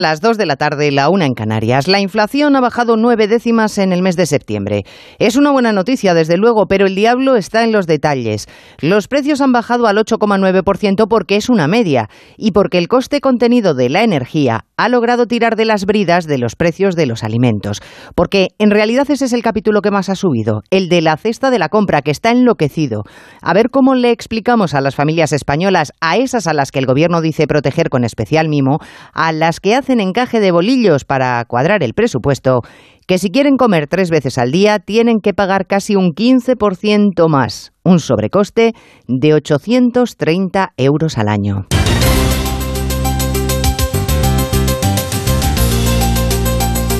Las 2 de la tarde, la 1 en Canarias. La inflación ha bajado 9 décimas en el mes de septiembre. Es una buena noticia, desde luego, pero el diablo está en los detalles. Los precios han bajado al 8,9% porque es una media y porque el coste contenido de la energía ha logrado tirar de las bridas de los precios de los alimentos. Porque en realidad ese es el capítulo que más ha subido, el de la cesta de la compra, que está enloquecido. A ver cómo le explicamos a las familias españolas, a esas a las que el gobierno dice proteger con especial mimo, a las que hacen encaje de bolillos para cuadrar el presupuesto, que si quieren comer 3 veces al día tienen que pagar casi un 15% más, un sobrecoste de 830 euros al año.